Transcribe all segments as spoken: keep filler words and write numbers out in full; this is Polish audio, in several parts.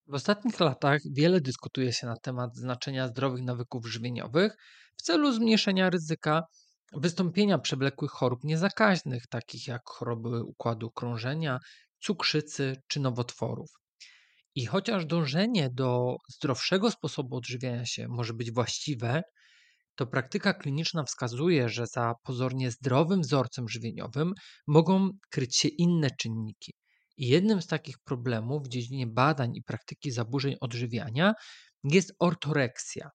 W ostatnich latach wiele dyskutuje się na temat znaczenia zdrowych nawyków żywieniowych w celu zmniejszenia ryzyka wystąpienia przewlekłych chorób niezakaźnych, takich jak choroby układu krążenia, cukrzycy czy nowotworów. I chociaż dążenie do zdrowszego sposobu odżywiania się może być właściwe, to praktyka kliniczna wskazuje, że za pozornie zdrowym wzorcem żywieniowym mogą kryć się inne czynniki. I jednym z takich problemów w dziedzinie badań i praktyki zaburzeń odżywiania jest ortoreksja.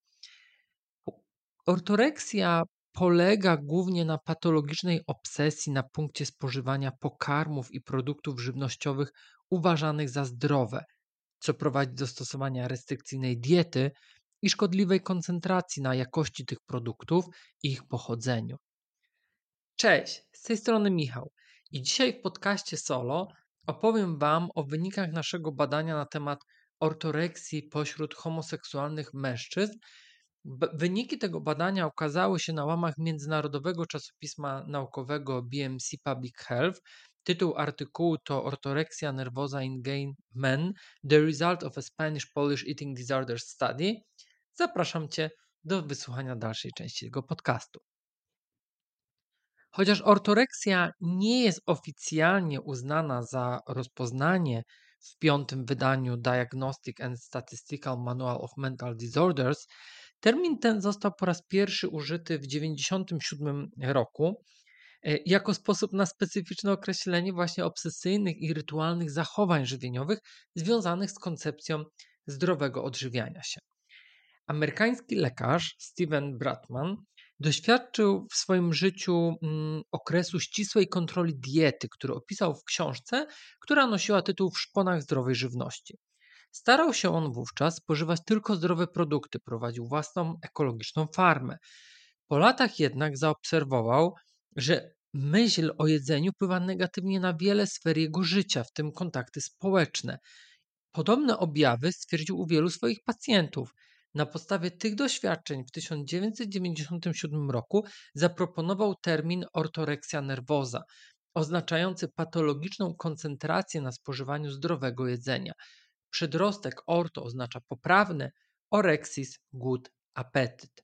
Ortoreksja polega głównie na patologicznej obsesji na punkcie spożywania pokarmów i produktów żywnościowych uważanych za zdrowe, co prowadzi do stosowania restrykcyjnej diety i szkodliwej koncentracji na jakości tych produktów i ich pochodzeniu. Cześć, z tej strony Michał i dzisiaj w podcaście Solo opowiem Wam o wynikach naszego badania na temat ortoreksji pośród homoseksualnych mężczyzn. B- Wyniki tego badania ukazały się na łamach międzynarodowego czasopisma naukowego B M C Public Health. Tytuł artykułu to Orthorexia nervosa in gay men, the result of a Spanish-Polish eating disorders study. Zapraszam Cię do wysłuchania dalszej części tego podcastu. Chociaż ortoreksja nie jest oficjalnie uznana za rozpoznanie w piątym wydaniu Diagnostic and Statistical Manual of Mental Disorders, termin ten został po raz pierwszy użyty w tysiąc dziewięćset dziewięćdziesiątym siódmym roku e, jako sposób na specyficzne określenie właśnie obsesyjnych i rytualnych zachowań żywieniowych związanych z koncepcją zdrowego odżywiania się. Amerykański lekarz Steven Bratman doświadczył w swoim życiu mm, okresu ścisłej kontroli diety, który opisał w książce, która nosiła tytuł W szponach zdrowej żywności. Starał się on wówczas spożywać tylko zdrowe produkty, prowadził własną ekologiczną farmę. Po latach jednak zaobserwował, że myśl o jedzeniu wpływa negatywnie na wiele sfer jego życia, w tym kontakty społeczne. Podobne objawy stwierdził u wielu swoich pacjentów. Na podstawie tych doświadczeń w tysiąc dziewięćset dziewięćdziesiątym siódmym roku zaproponował termin ortoreksja nervosa, oznaczający patologiczną koncentrację na spożywaniu zdrowego jedzenia. Przedrostek orto oznacza poprawne, orexis głód, apetyt.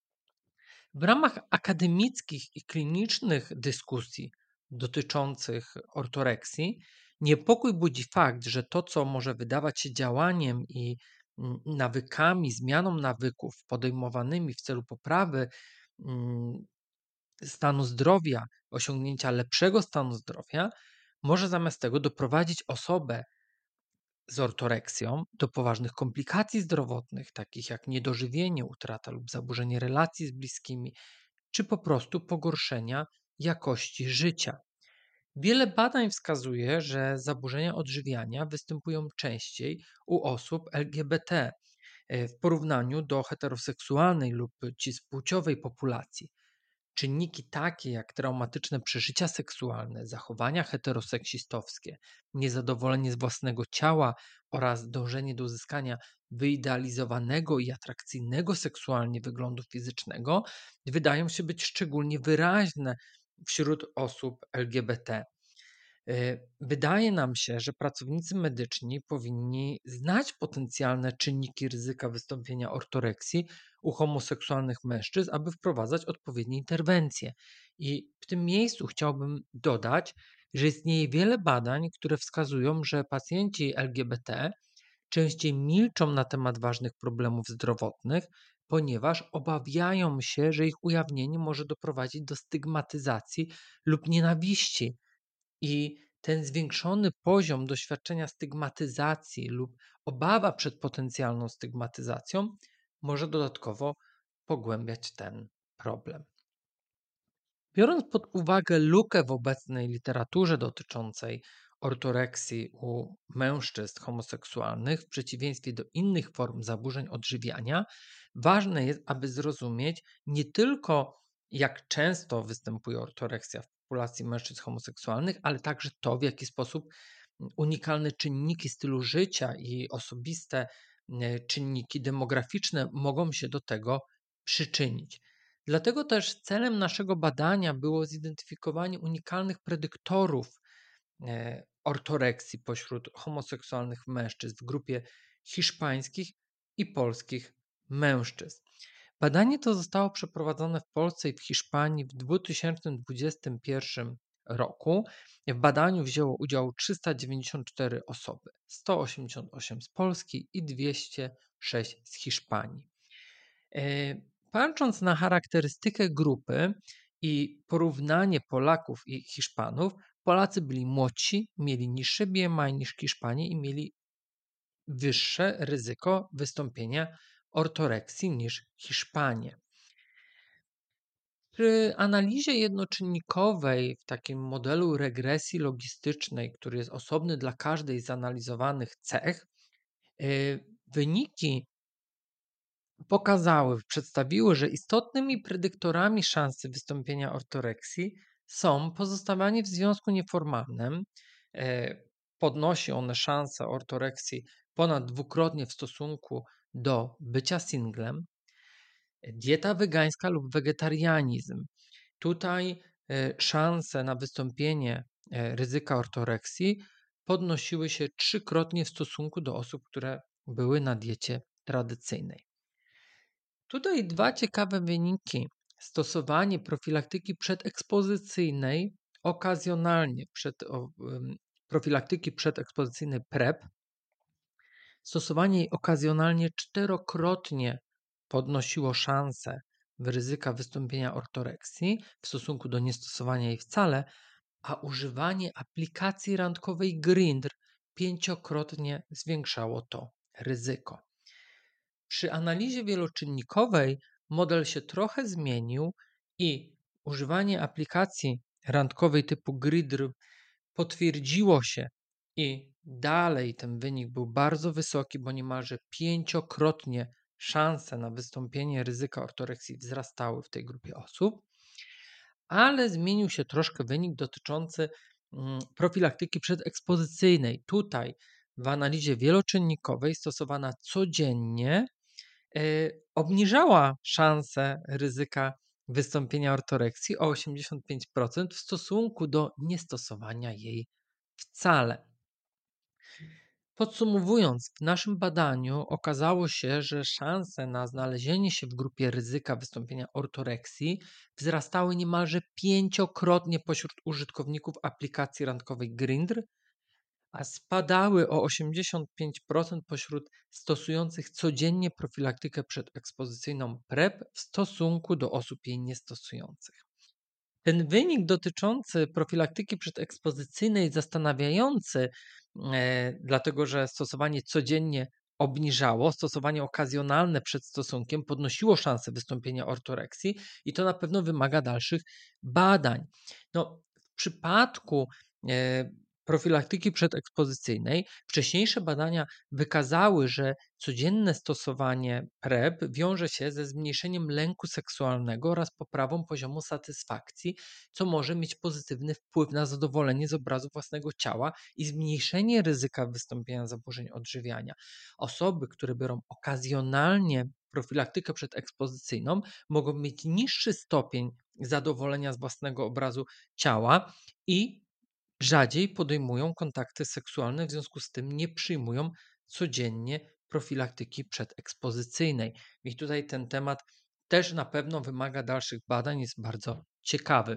W ramach akademickich i klinicznych dyskusji dotyczących ortoreksji, niepokój budzi fakt, że to, co może wydawać się działaniem i mm, nawykami, zmianą nawyków podejmowanymi w celu poprawy mm, stanu zdrowia, osiągnięcia lepszego stanu zdrowia, może zamiast tego doprowadzić osobę z ortoreksją do poważnych komplikacji zdrowotnych, takich jak niedożywienie, utrata lub zaburzenie relacji z bliskimi, czy po prostu pogorszenia jakości życia. Wiele badań wskazuje, że zaburzenia odżywiania występują częściej u osób L G B T e, w porównaniu do heteroseksualnej lub cispłciowej populacji. Czynniki takie jak traumatyczne przeżycia seksualne, zachowania heteroseksistowskie, niezadowolenie z własnego ciała oraz dążenie do uzyskania wyidealizowanego i atrakcyjnego seksualnie wyglądu fizycznego wydają się być szczególnie wyraźne wśród osób L G B T. Y, Wydaje nam się, że pracownicy medyczni powinni znać potencjalne czynniki ryzyka wystąpienia ortoreksji u homoseksualnych mężczyzn, aby wprowadzać odpowiednie interwencje. I w tym miejscu chciałbym dodać, że istnieje wiele badań, które wskazują, że pacjenci L G B T częściej milczą na temat ważnych problemów zdrowotnych, ponieważ obawiają się, że ich ujawnienie może doprowadzić do stygmatyzacji lub nienawiści. I ten zwiększony poziom doświadczenia stygmatyzacji lub obawa przed potencjalną stygmatyzacją może dodatkowo pogłębiać ten problem. Biorąc pod uwagę lukę w obecnej literaturze dotyczącej ortoreksji u mężczyzn homoseksualnych w przeciwieństwie do innych form zaburzeń odżywiania, ważne jest, aby zrozumieć nie tylko jak często występuje ortoreksja w populacji mężczyzn homoseksualnych, ale także to, w jaki sposób unikalne czynniki stylu życia i osobiste e, czynniki demograficzne mogą się do tego przyczynić. Dlatego też celem naszego badania było zidentyfikowanie unikalnych predyktorów e, ortoreksji pośród homoseksualnych mężczyzn w grupie hiszpańskich i polskich mężczyzn. Badanie to zostało przeprowadzone w Polsce i w Hiszpanii w dwa tysiące dwudziestym pierwszym roku. W badaniu wzięło udział trzysta dziewięćdziesiąt cztery osoby, sto osiemdziesiąt osiem z Polski i dwieście sześć z Hiszpanii. Patrząc na charakterystykę grupy i porównanie Polaków i Hiszpanów, Polacy byli młodsi, mieli niższe B M I niż Hiszpanie i mieli wyższe ryzyko wystąpienia ortoreksji niż Hiszpanie. Przy analizie jednoczynnikowej w takim modelu regresji logistycznej, który jest osobny dla każdej z analizowanych cech, wyniki pokazały, przedstawiły, że istotnymi predyktorami szansy wystąpienia ortoreksji są pozostawanie w związku nieformalnym. Podnosi one szansę ortoreksji ponad dwukrotnie w stosunku do bycia singlem. Dieta wegańska lub wegetarianizm. Tutaj szanse na wystąpienie ryzyka ortoreksji podnosiły się trzykrotnie w stosunku do osób, które były na diecie tradycyjnej. Tutaj dwa ciekawe wyniki. Stosowanie profilaktyki przedekspozycyjnej okazjonalnie, przed, o, profilaktyki przedekspozycyjnej PrEP, stosowanie jej okazjonalnie czterokrotnie podnosiło szansę ryzyka wystąpienia ortoreksji w stosunku do niestosowania jej wcale, a używanie aplikacji randkowej Grindr pięciokrotnie zwiększało to ryzyko. Przy analizie wieloczynnikowej model się trochę zmienił i używanie aplikacji randkowej typu Grindr potwierdziło się i dalej ten wynik był bardzo wysoki, bo niemalże pięciokrotnie szanse na wystąpienie ryzyka ortoreksji wzrastały w tej grupie osób, ale zmienił się troszkę wynik dotyczący profilaktyki przedekspozycyjnej. Tutaj w analizie wieloczynnikowej stosowana codziennie obniżała szansę ryzyka wystąpienia ortoreksji o osiemdziesiąt pięć procent w stosunku do niestosowania jej wcale. Podsumowując, w naszym badaniu okazało się, że szanse na znalezienie się w grupie ryzyka wystąpienia ortoreksji wzrastały niemalże pięciokrotnie pośród użytkowników aplikacji randkowej Grindr, a spadały o osiemdziesiąt pięć procent pośród stosujących codziennie profilaktykę przedekspozycyjną PrEP w stosunku do osób jej niestosujących. Ten wynik dotyczący profilaktyki przedekspozycyjnej jest zastanawiający, e, dlatego że stosowanie codziennie obniżało, stosowanie okazjonalne przed stosunkiem podnosiło szansę wystąpienia ortoreksji i to na pewno wymaga dalszych badań. No, w przypadku e, profilaktyki przedekspozycyjnej wcześniejsze badania wykazały, że codzienne stosowanie PrEP wiąże się ze zmniejszeniem lęku seksualnego oraz poprawą poziomu satysfakcji, co może mieć pozytywny wpływ na zadowolenie z obrazu własnego ciała i zmniejszenie ryzyka wystąpienia zaburzeń odżywiania. Osoby, które biorą okazjonalnie profilaktykę przedekspozycyjną, mogą mieć niższy stopień zadowolenia z własnego obrazu ciała i rzadziej podejmują kontakty seksualne, w związku z tym nie przyjmują codziennie profilaktyki przedekspozycyjnej. I tutaj ten temat też na pewno wymaga dalszych badań, jest bardzo ciekawy.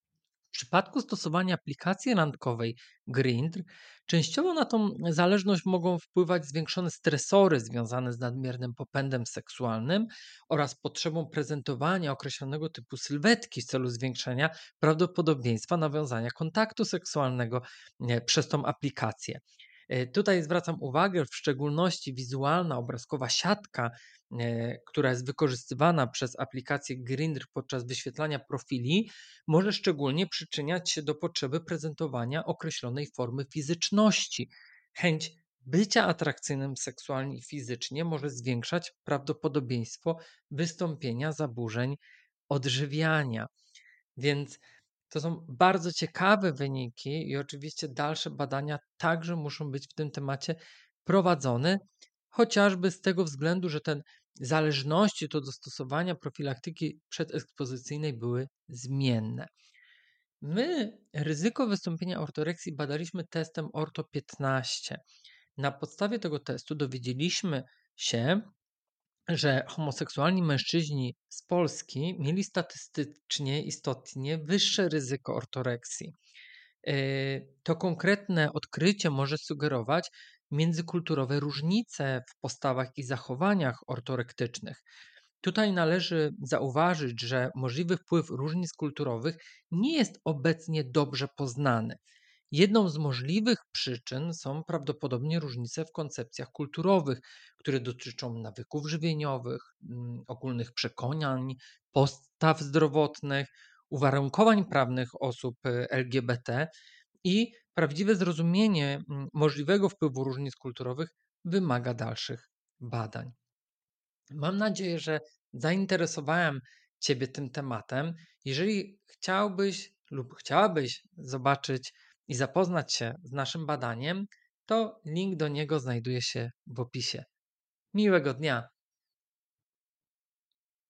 W przypadku stosowania aplikacji randkowej Grindr częściowo na tą zależność mogą wpływać zwiększone stresory związane z nadmiernym popędem seksualnym oraz potrzebą prezentowania określonego typu sylwetki w celu zwiększenia prawdopodobieństwa nawiązania kontaktu seksualnego przez tą aplikację. Tutaj zwracam uwagę, w szczególności wizualna, obrazkowa siatka, która jest wykorzystywana przez aplikację Grindr podczas wyświetlania profili, może szczególnie przyczyniać się do potrzeby prezentowania określonej formy fizyczności. Chęć bycia atrakcyjnym seksualnie i fizycznie może zwiększać prawdopodobieństwo wystąpienia zaburzeń odżywiania. Więc to są bardzo ciekawe wyniki i oczywiście dalsze badania także muszą być w tym temacie prowadzone, chociażby z tego względu, że te zależności do dostosowania profilaktyki przedekspozycyjnej były zmienne. My ryzyko wystąpienia ortoreksji badaliśmy testem Orto piętnaście. Na podstawie tego testu dowiedzieliśmy się, że homoseksualni mężczyźni z Polski mieli statystycznie istotnie wyższe ryzyko ortoreksji. Yy, To konkretne odkrycie może sugerować międzykulturowe różnice w postawach i zachowaniach ortorektycznych. Tutaj należy zauważyć, że możliwy wpływ różnic kulturowych nie jest obecnie dobrze poznany. Jedną z możliwych przyczyn są prawdopodobnie różnice w koncepcjach kulturowych, które dotyczą nawyków żywieniowych, mm, ogólnych przekonań, postaw zdrowotnych, uwarunkowań prawnych osób y, L G B T i prawdziwe zrozumienie mm, możliwego wpływu różnic kulturowych wymaga dalszych badań. Mam nadzieję, że zainteresowałem Ciebie tym tematem. Jeżeli chciałbyś lub chciałabyś zobaczyć i zapoznać się z naszym badaniem, to link do niego znajduje się w opisie. Miłego dnia!